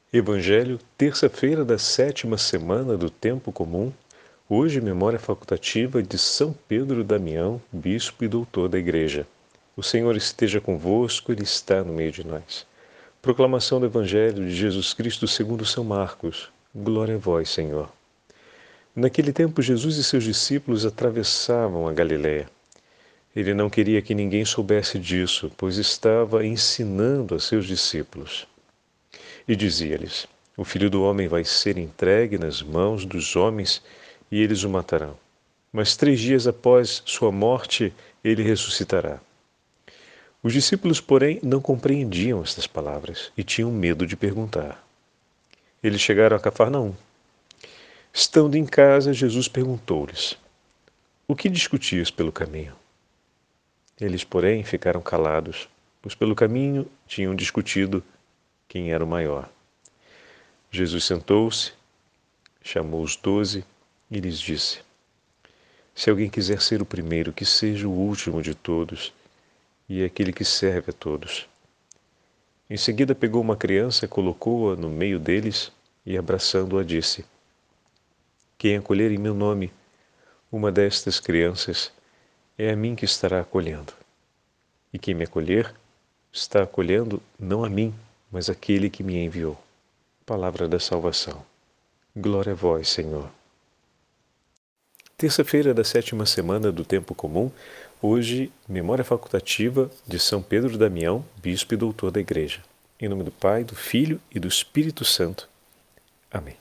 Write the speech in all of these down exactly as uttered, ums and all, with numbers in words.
Evangelho, terça-feira da sétima semana do Tempo Comum, hoje memória facultativa de São Pedro Damião, bispo e doutor da Igreja. O Senhor esteja convosco, Ele está no meio de nós. Proclamação do Evangelho de Jesus Cristo segundo São Marcos. Glória a vós, Senhor. Naquele tempo, Jesus e seus discípulos atravessavam a Galiléia. Ele não queria que ninguém soubesse disso, pois estava ensinando a seus discípulos. E dizia-lhes: O Filho do Homem vai ser entregue nas mãos dos homens e eles o matarão. Mas três dias após sua morte, ele ressuscitará. Os discípulos, porém, não compreendiam estas palavras e tinham medo de perguntar. Eles chegaram a Cafarnaum. Estando em casa, Jesus perguntou-lhes: O que discutias pelo caminho? Eles, porém, ficaram calados, pois pelo caminho tinham discutido quem era o maior. Jesus sentou-se, chamou os doze e lhes disse: Se alguém quiser ser o primeiro, que seja o último de todos e aquele que serve a todos. Em seguida pegou uma criança, colocou-a no meio deles e, abraçando-a, disse: Quem acolher em meu nome uma destas crianças, é a mim que estará acolhendo. E quem me acolher, está acolhendo não a mim, mas aquele que me enviou. Palavra da salvação. Glória a vós, Senhor. Terça-feira da sétima semana do Tempo Comum, hoje, memória facultativa de São Pedro Damião, bispo e doutor da Igreja. Em nome do Pai, do Filho e do Espírito Santo. Amém.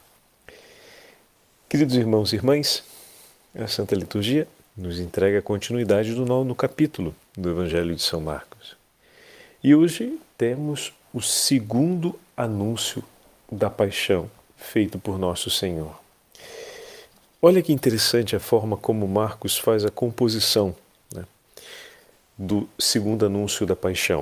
Queridos irmãos e irmãs, a Santa Liturgia nos entrega a continuidade do nono capítulo do Evangelho de São Marcos. E hoje temos o segundo anúncio da paixão feito por nosso Senhor. Olha que interessante a forma como Marcos faz a composição, né, do segundo anúncio da paixão.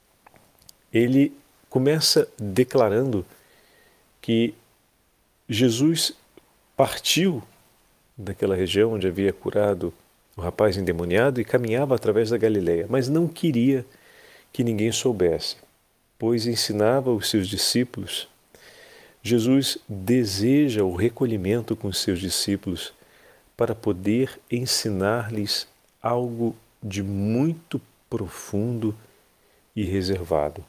Ele começa declarando que Jesus partiu daquela região onde havia curado o rapaz endemoniado e caminhava através da Galileia, mas não queria que ninguém soubesse, pois ensinava os seus discípulos. Jesus deseja o recolhimento com os seus discípulos para poder ensinar-lhes algo de muito profundo e reservado.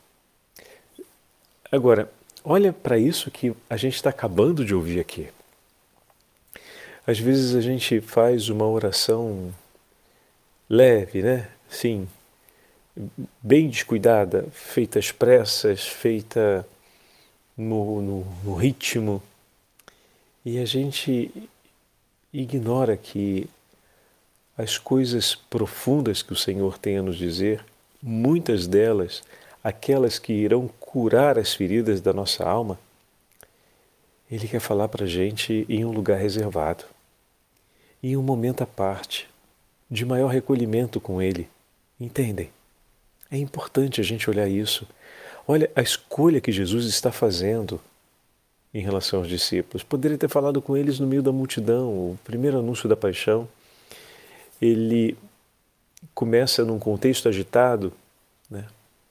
Agora, olha para isso que a gente está acabando de ouvir aqui. Às vezes a gente faz uma oração leve, né? Sim, bem descuidada, feita às pressas, feita no, no, no ritmo, e a gente ignora que as coisas profundas que o Senhor tem a nos dizer, muitas delas, aquelas que irão curar as feridas da nossa alma, Ele quer falar para a gente em um lugar reservado, em um momento à parte, de maior recolhimento com Ele. Entendem? É importante a gente olhar isso. Olha a escolha que Jesus está fazendo em relação aos discípulos. Poderia ter falado com eles no meio da multidão. O primeiro anúncio da paixão, ele começa num contexto agitado, né?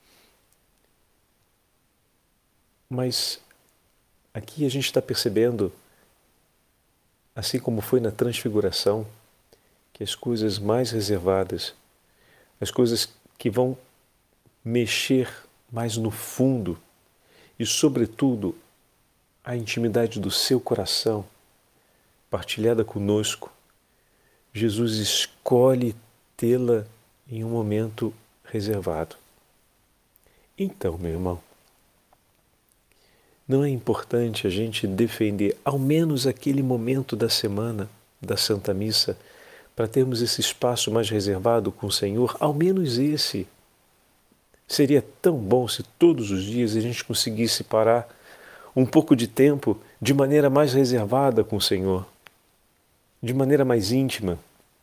Mas aqui a gente está percebendo, assim como foi na transfiguração, que as coisas mais reservadas, as coisas que vão mexer mais no fundo e, sobretudo, a intimidade do seu coração, partilhada conosco, Jesus escolhe tê-la em um momento reservado. Então, meu irmão, não é importante a gente defender ao menos aquele momento da semana da Santa Missa para termos esse espaço mais reservado com o Senhor, ao menos esse. Seria tão bom se todos os dias a gente conseguisse parar um pouco de tempo de maneira mais reservada com o Senhor, de maneira mais íntima.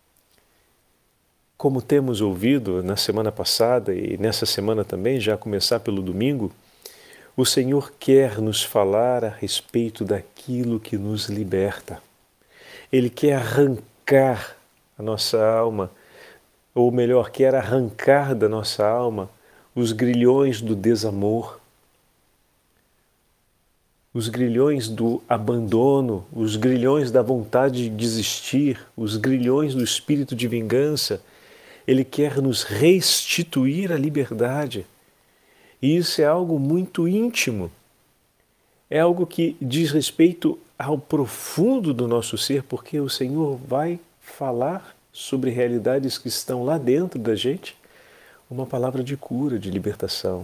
Como temos ouvido na semana passada e nessa semana também, já a começar pelo domingo, o Senhor quer nos falar a respeito daquilo que nos liberta. Ele quer arrancar a nossa alma, ou melhor, quer arrancar da nossa alma os grilhões do desamor. os grilhões do abandono, os grilhões da vontade de desistir, os grilhões do espírito de vingança. Ele quer nos restituir a liberdade. E isso é algo muito íntimo. É algo que diz respeito ao profundo do nosso ser, porque o Senhor vai falar sobre realidades que estão lá dentro da gente, uma palavra de cura, de libertação.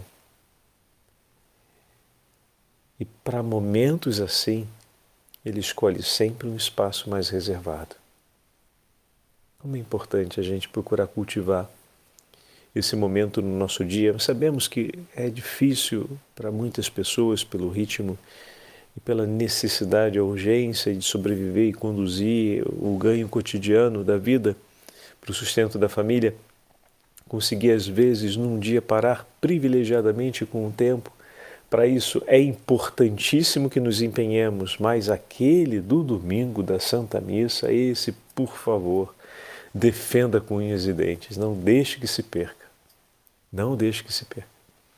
E para momentos assim, Ele escolhe sempre um espaço mais reservado. Como é importante a gente procurar cultivar esse momento no nosso dia. Nós sabemos que é difícil para muitas pessoas pelo ritmo e pela necessidade, a urgência de sobreviver e conduzir o ganho cotidiano da vida para o sustento da família, conseguir às vezes num dia parar privilegiadamente com o tempo. Para isso é importantíssimo que nos empenhemos, mas aquele do domingo da Santa Missa, esse, por favor, defenda com unhas e dentes, não deixe que se perca. Não deixe que se perca.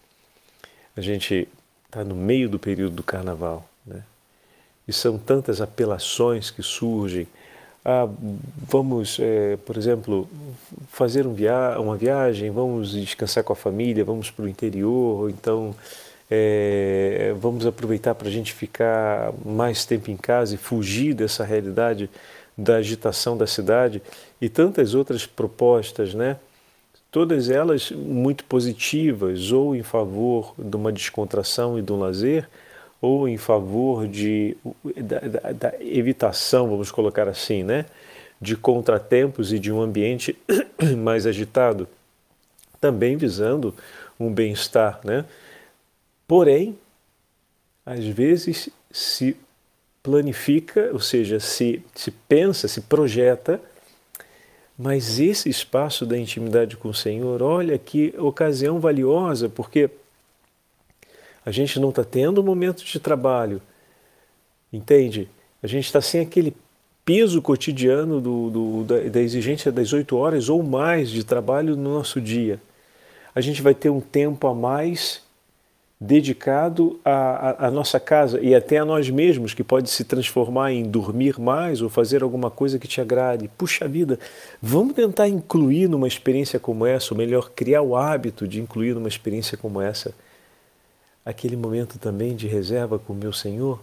A gente está no meio do período do Carnaval, né? E são tantas apelações que surgem. Ah, vamos, é, por exemplo, fazer um via uma viagem, vamos descansar com a família, vamos para o interior, ou então é, vamos aproveitar para a gente ficar mais tempo em casa e fugir dessa realidade da agitação da cidade e tantas outras propostas, né? Todas elas muito positivas, ou em favor de uma descontração e de um lazer, ou em favor de, da, da, da evitação, vamos colocar assim, né? De contratempos e de um ambiente mais agitado, também visando um bem-estar, né? Porém, às vezes se planifica, ou seja, se, se pensa, se projeta, mas esse espaço da intimidade com o Senhor, olha que ocasião valiosa, porque a gente não está tendo um momento de trabalho, entende? A gente está sem aquele peso cotidiano do, do, da, da exigência das oito horas ou mais de trabalho no nosso dia. A gente vai ter um tempo a mais dedicado à, à nossa casa e até a nós mesmos, que pode se transformar em dormir mais ou fazer alguma coisa que te agrade. Puxa vida, vamos tentar incluir numa experiência como essa, ou melhor, criar o hábito de incluir numa experiência como essa, aquele momento também de reserva com o meu Senhor.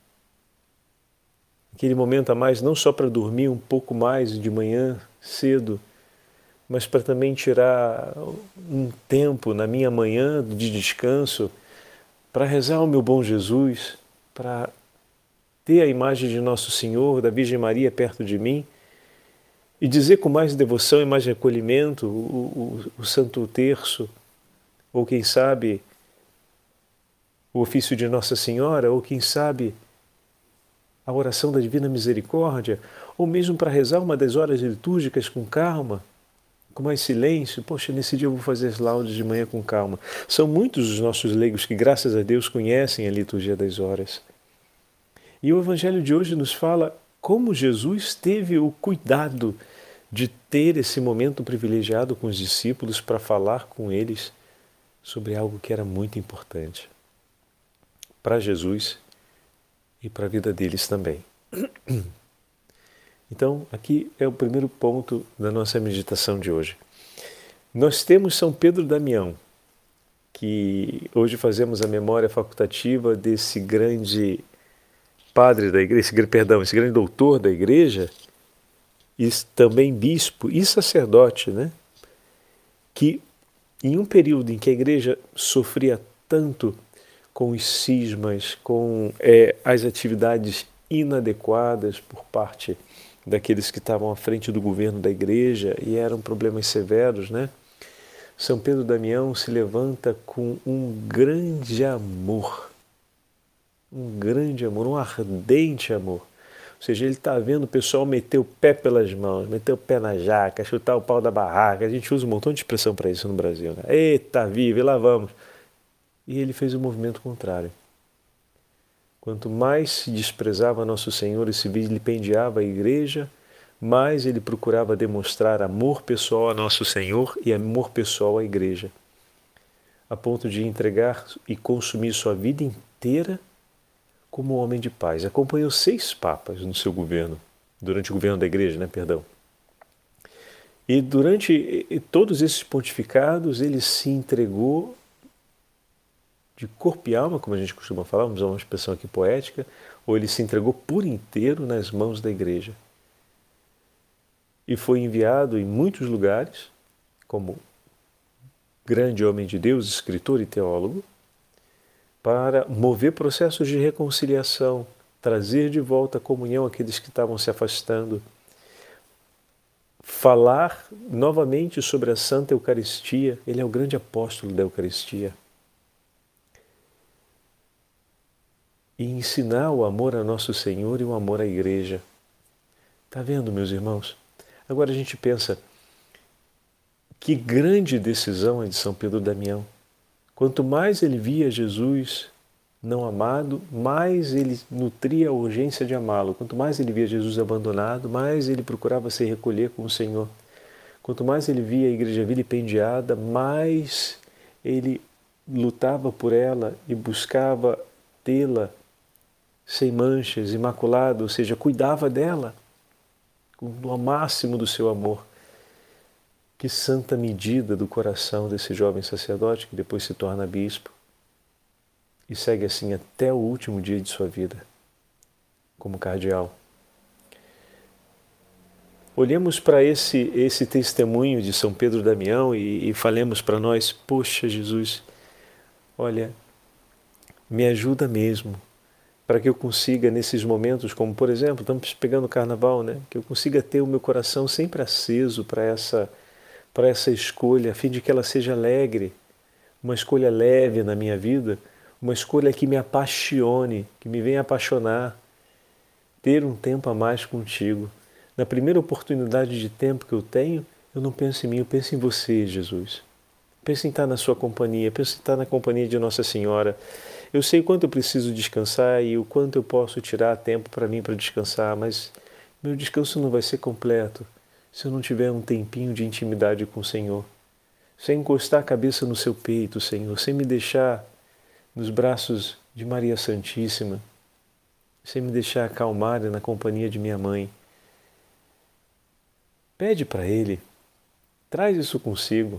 Aquele momento a mais, não só para dormir um pouco mais de manhã, cedo, mas para também tirar um tempo na minha manhã de descanso, para rezar ao meu bom Jesus, para ter a imagem de Nosso Senhor, da Virgem Maria perto de mim, e dizer com mais devoção e mais recolhimento o, o, o Santo Terço, ou quem sabe o ofício de Nossa Senhora, ou quem sabe a oração da Divina Misericórdia, ou mesmo para rezar uma das horas litúrgicas com calma, com mais silêncio. Poxa, nesse dia eu vou fazer as laudes de manhã com calma. São muitos os nossos leigos que, graças a Deus, conhecem a liturgia das horas. E o Evangelho de hoje nos fala como Jesus teve o cuidado de ter esse momento privilegiado com os discípulos para falar com eles sobre algo que era muito importante para Jesus e para a vida deles também. Então, aqui é o primeiro ponto da nossa meditação de hoje. Nós temos São Pedro Damião, que hoje fazemos a memória facultativa desse grande padre da igreja, esse, perdão, esse grande doutor da igreja, e também bispo e sacerdote, né? Que em um período em que a igreja sofria tanto com os cismas, com é, as atividades inadequadas por parte daqueles que estavam à frente do governo da igreja, e eram problemas severos, né? São Pedro Damião se levanta com um grande amor, um grande amor, um ardente amor. Ou seja, ele está vendo o pessoal meter o pé pelas mãos, meter o pé na jaca, chutar o pau da barraca. A gente usa um montão de expressão para isso no Brasil, né? Eita, vive, lá vamos. E ele fez o movimento contrário. Quanto mais se desprezava Nosso Senhor e se vilipendiava a igreja, mais ele procurava demonstrar amor pessoal a Nosso Senhor e amor pessoal à igreja, a ponto de entregar e consumir sua vida inteira como homem de paz. Acompanhou seis papas no seu governo, durante o governo da igreja, né, perdão. E durante todos esses pontificados, ele se entregou de corpo e alma, como a gente costuma falar, vamos usar uma expressão aqui poética, ou ele se entregou por inteiro nas mãos da igreja. E foi enviado em muitos lugares, como grande homem de Deus, escritor e teólogo, para mover processos de reconciliação, trazer de volta a comunhão àqueles que estavam se afastando, falar novamente sobre a Santa Eucaristia. Ele é o grande apóstolo da Eucaristia. E ensinar o amor a Nosso Senhor e o amor à Igreja. Está vendo, meus irmãos? Agora a gente pensa, que grande decisão é de São Pedro Damião. Quanto mais ele via Jesus não amado, mais ele nutria a urgência de amá-lo. Quanto mais ele via Jesus abandonado, mais ele procurava se recolher com o Senhor. Quanto mais ele via a igreja vilipendiada, mais ele lutava por ela e buscava tê-la sem manchas, imaculada, ou seja, cuidava dela com o máximo do seu amor. Que santa medida do coração desse jovem sacerdote que depois se torna bispo e segue assim até o último dia de sua vida, como cardeal. Olhemos para esse, esse testemunho de São Pedro Damião e, e falemos para nós, poxa Jesus, olha, me ajuda mesmo, para que eu consiga nesses momentos, como por exemplo, estamos pegando o carnaval, né? Que eu consiga ter o meu coração sempre aceso para essa, para essa escolha, a fim de que ela seja alegre, uma escolha leve na minha vida, uma escolha que me apaixone, que me venha apaixonar, ter um tempo a mais contigo. Na primeira oportunidade de tempo que eu tenho, eu não penso em mim, eu penso em você, Jesus. Penso em estar na sua companhia, penso em estar na companhia de Nossa Senhora. Eu sei o quanto eu preciso descansar e o quanto eu posso tirar tempo para mim para descansar, mas meu descanso não vai ser completo se eu não tiver um tempinho de intimidade com o Senhor. Sem encostar a cabeça no seu peito, Senhor, sem me deixar nos braços de Maria Santíssima, sem me deixar acalmar na companhia de minha mãe. Pede para Ele, traz isso consigo.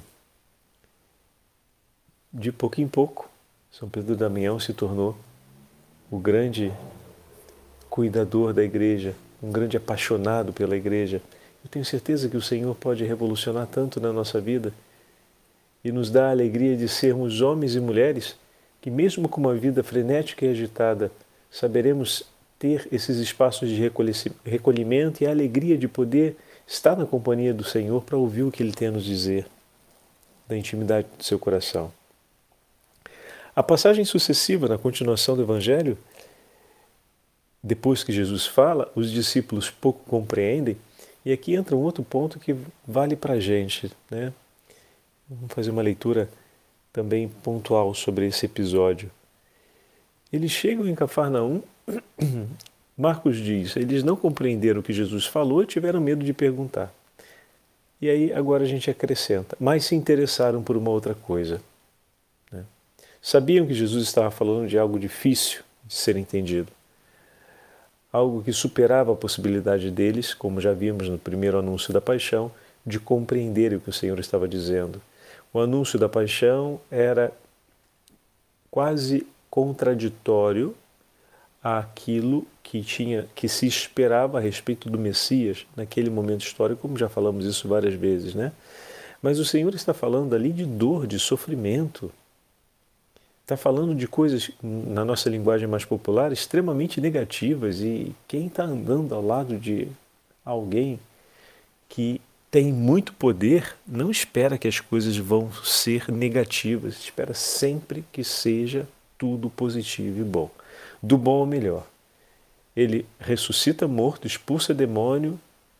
De pouco em pouco, São Pedro Damião se tornou o grande cuidador da igreja, um grande apaixonado pela igreja. Eu tenho certeza que o Senhor pode revolucionar tanto na nossa vida e nos dá a alegria de sermos homens e mulheres que, mesmo com uma vida frenética e agitada, saberemos ter esses espaços de recolhimento e a alegria de poder estar na companhia do Senhor para ouvir o que Ele tem a nos dizer, da intimidade do seu coração. A passagem sucessiva, na continuação do Evangelho, depois que Jesus fala, os discípulos pouco compreendem, e aqui entra um outro ponto que vale para a gente, né? Vamos fazer uma leitura também pontual sobre esse episódio. Eles chegam em Cafarnaum, Marcos diz, eles não compreenderam o que Jesus falou e tiveram medo de perguntar. E aí agora a gente acrescenta, mas se interessaram por uma outra coisa. Né? Sabiam que Jesus estava falando de algo difícil de ser entendido. Algo que superava a possibilidade deles, como já vimos no primeiro anúncio da paixão, de compreender o que o Senhor estava dizendo. O anúncio da paixão era quase contraditório àquilo que, tinha, que se esperava a respeito do Messias naquele momento histórico, como já falamos isso várias vezes, né? Mas o Senhor está falando ali de dor, de sofrimento. Está falando de coisas, na nossa linguagem mais popular, extremamente negativas, e quem está andando ao lado de alguém que tem muito poder não espera que as coisas vão ser negativas, espera sempre que seja tudo positivo e bom. Do bom ao melhor. Ele ressuscita morto, expulsa demônio,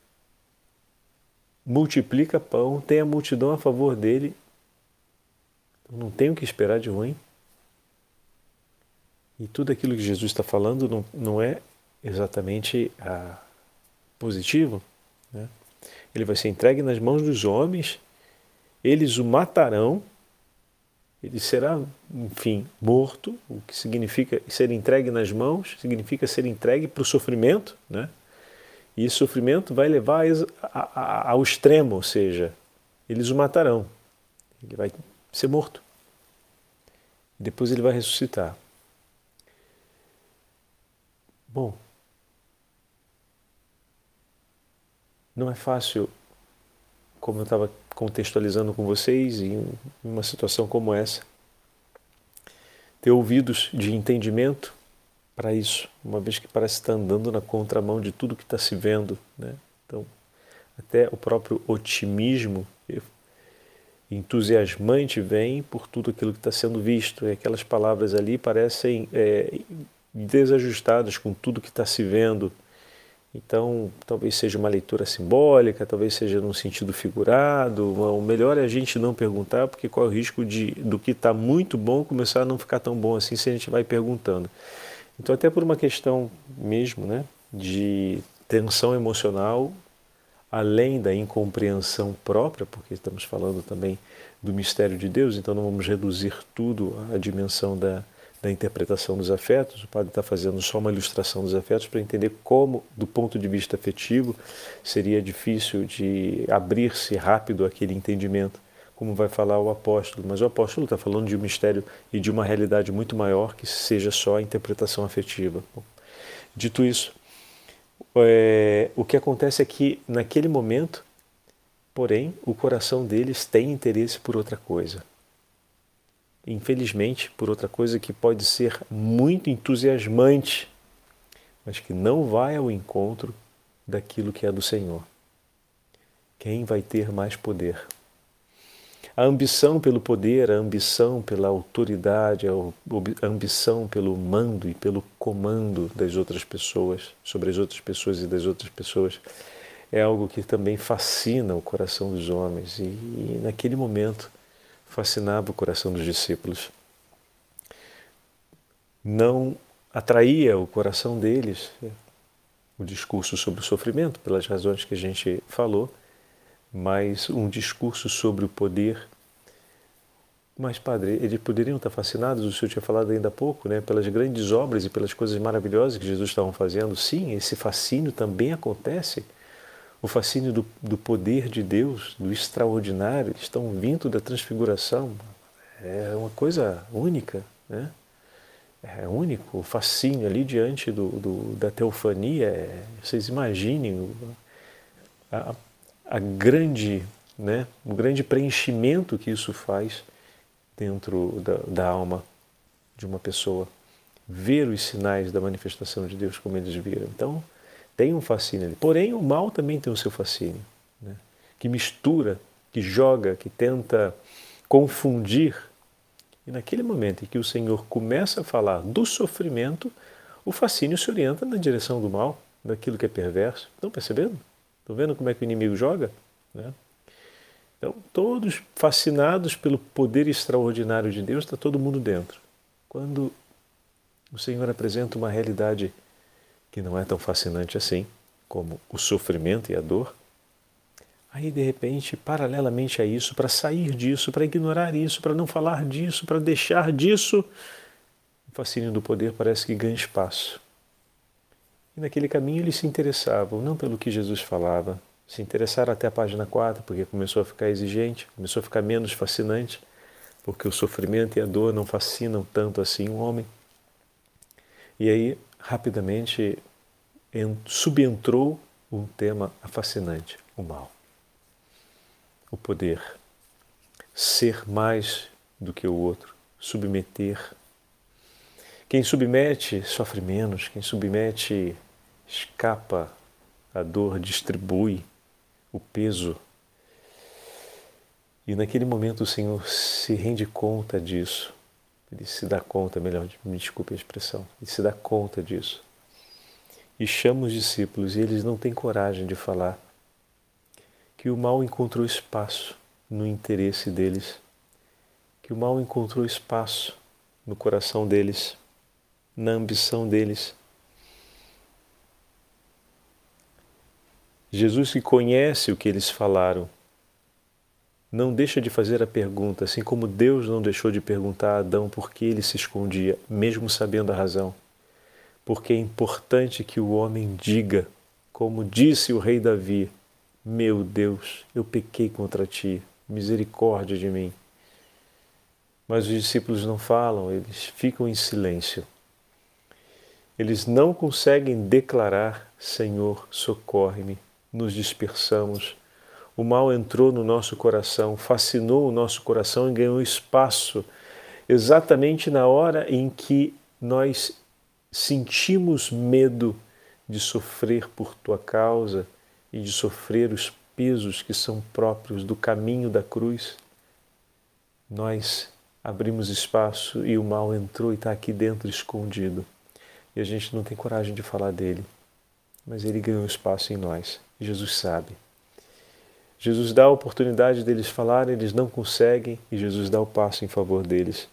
multiplica pão, tem a multidão a favor dele. Não tem o que esperar de ruim. E tudo aquilo que Jesus está falando não, não é exatamente ah, positivo, né? Ele vai ser entregue nas mãos dos homens, eles o matarão, ele será, enfim, morto, o que significa ser entregue nas mãos, significa ser entregue para o sofrimento, né? E esse sofrimento vai levar ao extremo, ou seja, eles o matarão, ele vai ser morto. Depois ele vai ressuscitar. Bom, não é fácil, como eu estava contextualizando com vocês, em uma situação como essa, ter ouvidos de entendimento para isso, uma vez que parece estar andando na contramão de tudo que está se vendo, né? Então, até o próprio otimismo entusiasmante vem por tudo aquilo que está sendo visto, e aquelas palavras ali parecem é, desajustadas com tudo que está se vendo. Então, talvez seja uma leitura simbólica, talvez seja num sentido figurado. O melhor é a gente não perguntar, porque qual é o risco de, do que está muito bom começar a não ficar tão bom assim se a gente vai perguntando. Então, até por uma questão mesmo, né, de tensão emocional, além da incompreensão própria, porque estamos falando também do mistério de Deus, então não vamos reduzir tudo à dimensão da, da interpretação dos afetos. O padre está fazendo só uma ilustração dos afetos para entender como, do ponto de vista afetivo, seria difícil de abrir-se rápido aquele entendimento, como vai falar o apóstolo. Mas o apóstolo está falando de um mistério e de uma realidade muito maior que seja só a interpretação afetiva. Bom, dito isso, é, o que acontece é que, naquele momento, porém, o coração deles tem interesse por outra coisa. Infelizmente, por outra coisa que pode ser muito entusiasmante, mas que não vai ao encontro daquilo que é do Senhor. Quem vai ter mais poder? A ambição pelo poder, a ambição pela autoridade, a ambição pelo mando e pelo comando das outras pessoas, sobre as outras pessoas e das outras pessoas, é algo que também fascina o coração dos homens, e, e naquele momento fascinava o coração dos discípulos. Não atraía o coração deles o discurso sobre o sofrimento, pelas razões que a gente falou, mas um discurso sobre o poder. Mas, padre, eles poderiam estar fascinados, o senhor tinha falado ainda há pouco, né, pelas grandes obras e pelas coisas maravilhosas que Jesus estava fazendo. Sim, esse fascínio também acontece. O fascínio do, do poder de Deus, do extraordinário. Eles estão vindo da transfiguração. É uma coisa única, né? É único. O fascínio ali diante do, do, da teofania. É, vocês imaginem a, a grande, né, o grande preenchimento que isso faz dentro da, da alma de uma pessoa. Ver os sinais da manifestação de Deus como eles viram. Então, tem um fascínio ali. Porém, o mal também tem o seu fascínio, né? Que mistura, que joga, que tenta confundir. E naquele momento em que o Senhor começa a falar do sofrimento, o fascínio se orienta na direção do mal, daquilo que é perverso. Estão percebendo? Estão vendo como é que o inimigo joga? Né? Então, todos fascinados pelo poder extraordinário de Deus, está todo mundo dentro. Quando o Senhor apresenta uma realidade que não é tão fascinante assim, como o sofrimento e a dor, aí de repente, paralelamente a isso, para sair disso, para ignorar isso, para não falar disso, para deixar disso, o fascínio do poder parece que ganha espaço. E naquele caminho eles se interessavam, não pelo que Jesus falava, se interessaram até a página quatro, porque começou a ficar exigente, começou a ficar menos fascinante, porque o sofrimento e a dor não fascinam tanto assim o homem. E aí, rapidamente, subentrou um tema fascinante, o mal. O poder. Ser mais do que o outro. Submeter. Quem submete sofre menos, quem submete escapa a dor, distribui o peso. E naquele momento o Senhor se rende conta disso. Ele se dá conta, melhor, me desculpe a expressão, ele se dá conta disso. E chama os discípulos, e eles não têm coragem de falar que o mal encontrou espaço no interesse deles, que o mal encontrou espaço no coração deles, na ambição deles. Jesus, que conhece o que eles falaram, não deixa de fazer a pergunta, assim como Deus não deixou de perguntar a Adão por que ele se escondia, mesmo sabendo a razão. Porque é importante que o homem diga, como disse o rei Davi: meu Deus, eu pequei contra ti, misericórdia de mim. Mas os discípulos não falam, eles ficam em silêncio. Eles não conseguem declarar: Senhor, socorre-me, nos dispersamos. O mal entrou no nosso coração, fascinou o nosso coração e ganhou espaço exatamente na hora em que nós sentimos medo de sofrer por tua causa e de sofrer os pesos que são próprios do caminho da cruz. Nós abrimos espaço e o mal entrou e está aqui dentro escondido. E a gente não tem coragem de falar dele, mas ele ganhou espaço em nós. E Jesus sabe. Jesus dá a oportunidade deles falarem, eles não conseguem, e Jesus dá o passo em favor deles.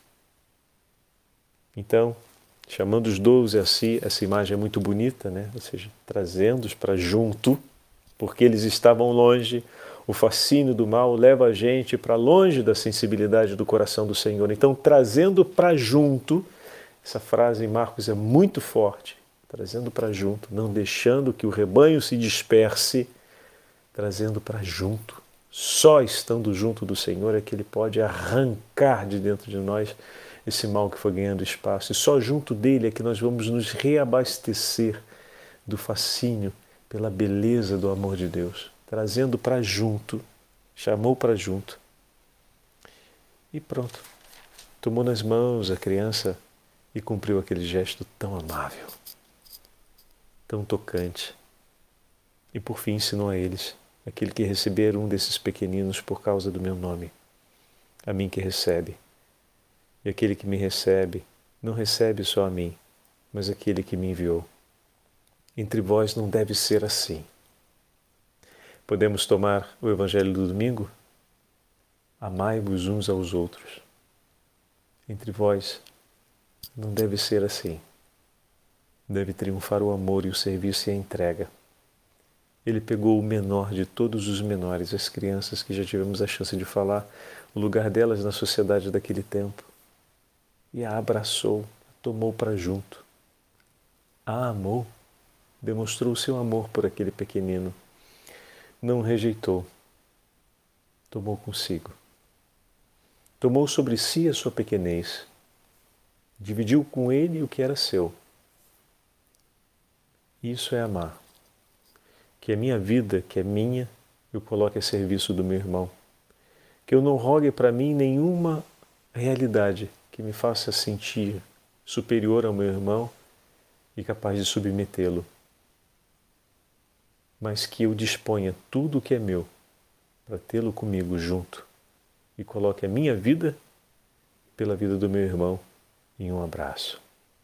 Então, chamando os doze a si, essa imagem é muito bonita, né? Ou seja, trazendo-os para junto, porque eles estavam longe. O fascínio do mal leva a gente para longe da sensibilidade do coração do Senhor. Então, trazendo para junto, essa frase em Marcos é muito forte, trazendo para junto, não deixando que o rebanho se disperse, trazendo para junto. Só estando junto do Senhor é que Ele pode arrancar de dentro de nós esse mal que foi ganhando espaço. E só junto dele é que nós vamos nos reabastecer do fascínio pela beleza do amor de Deus. Trazendo para junto, chamou para junto. E pronto. Tomou nas mãos a criança e cumpriu aquele gesto tão amável, tão tocante. E por fim ensinou a eles: aquele que receber um desses pequeninos por causa do meu nome, a mim que recebe. E aquele que me recebe, não recebe só a mim, mas aquele que me enviou. Entre vós não deve ser assim. Podemos tomar o Evangelho do domingo? Amai-vos uns aos outros. Entre vós não deve ser assim. Deve triunfar o amor e o serviço e a entrega. Ele pegou o menor de todos os menores, as crianças que já tivemos a chance de falar, o lugar delas na sociedade daquele tempo, e a abraçou, a tomou para junto. A amou, demonstrou o seu amor por aquele pequenino. Não rejeitou, tomou consigo. Tomou sobre si a sua pequenez, dividiu com ele o que era seu. Isso é amar. Que a minha vida, que é minha, eu coloque a serviço do meu irmão. Que eu não rogue para mim nenhuma realidade que me faça sentir superior ao meu irmão e capaz de submetê-lo. Mas que eu disponha tudo o que é meu para tê-lo comigo junto e coloque a minha vida pela vida do meu irmão em um abraço.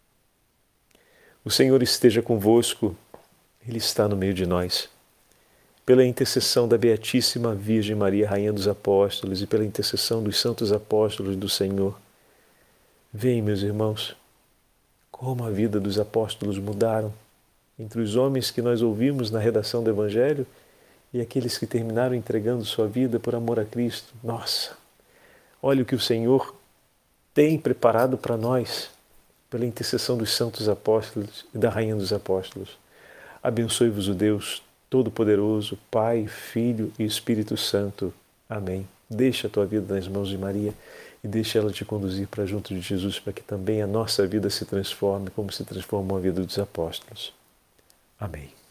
O Senhor esteja convosco. Ele está no meio de nós. Pela intercessão da Beatíssima Virgem Maria, Rainha dos Apóstolos, e pela intercessão dos santos apóstolos do Senhor, veem, meus irmãos, como a vida dos apóstolos mudaram entre os homens que nós ouvimos na redação do Evangelho e aqueles que terminaram entregando sua vida por amor a Cristo. Nossa, olha o que o Senhor tem preparado para nós pela intercessão dos santos apóstolos e da Rainha dos Apóstolos. Abençoe-vos o Deus Todo-Poderoso, Pai, Filho e Espírito Santo. Amém. Deixa a tua vida nas mãos de Maria e deixa ela te conduzir para junto de Jesus, para que também a nossa vida se transforme como se transformou a vida dos apóstolos. Amém.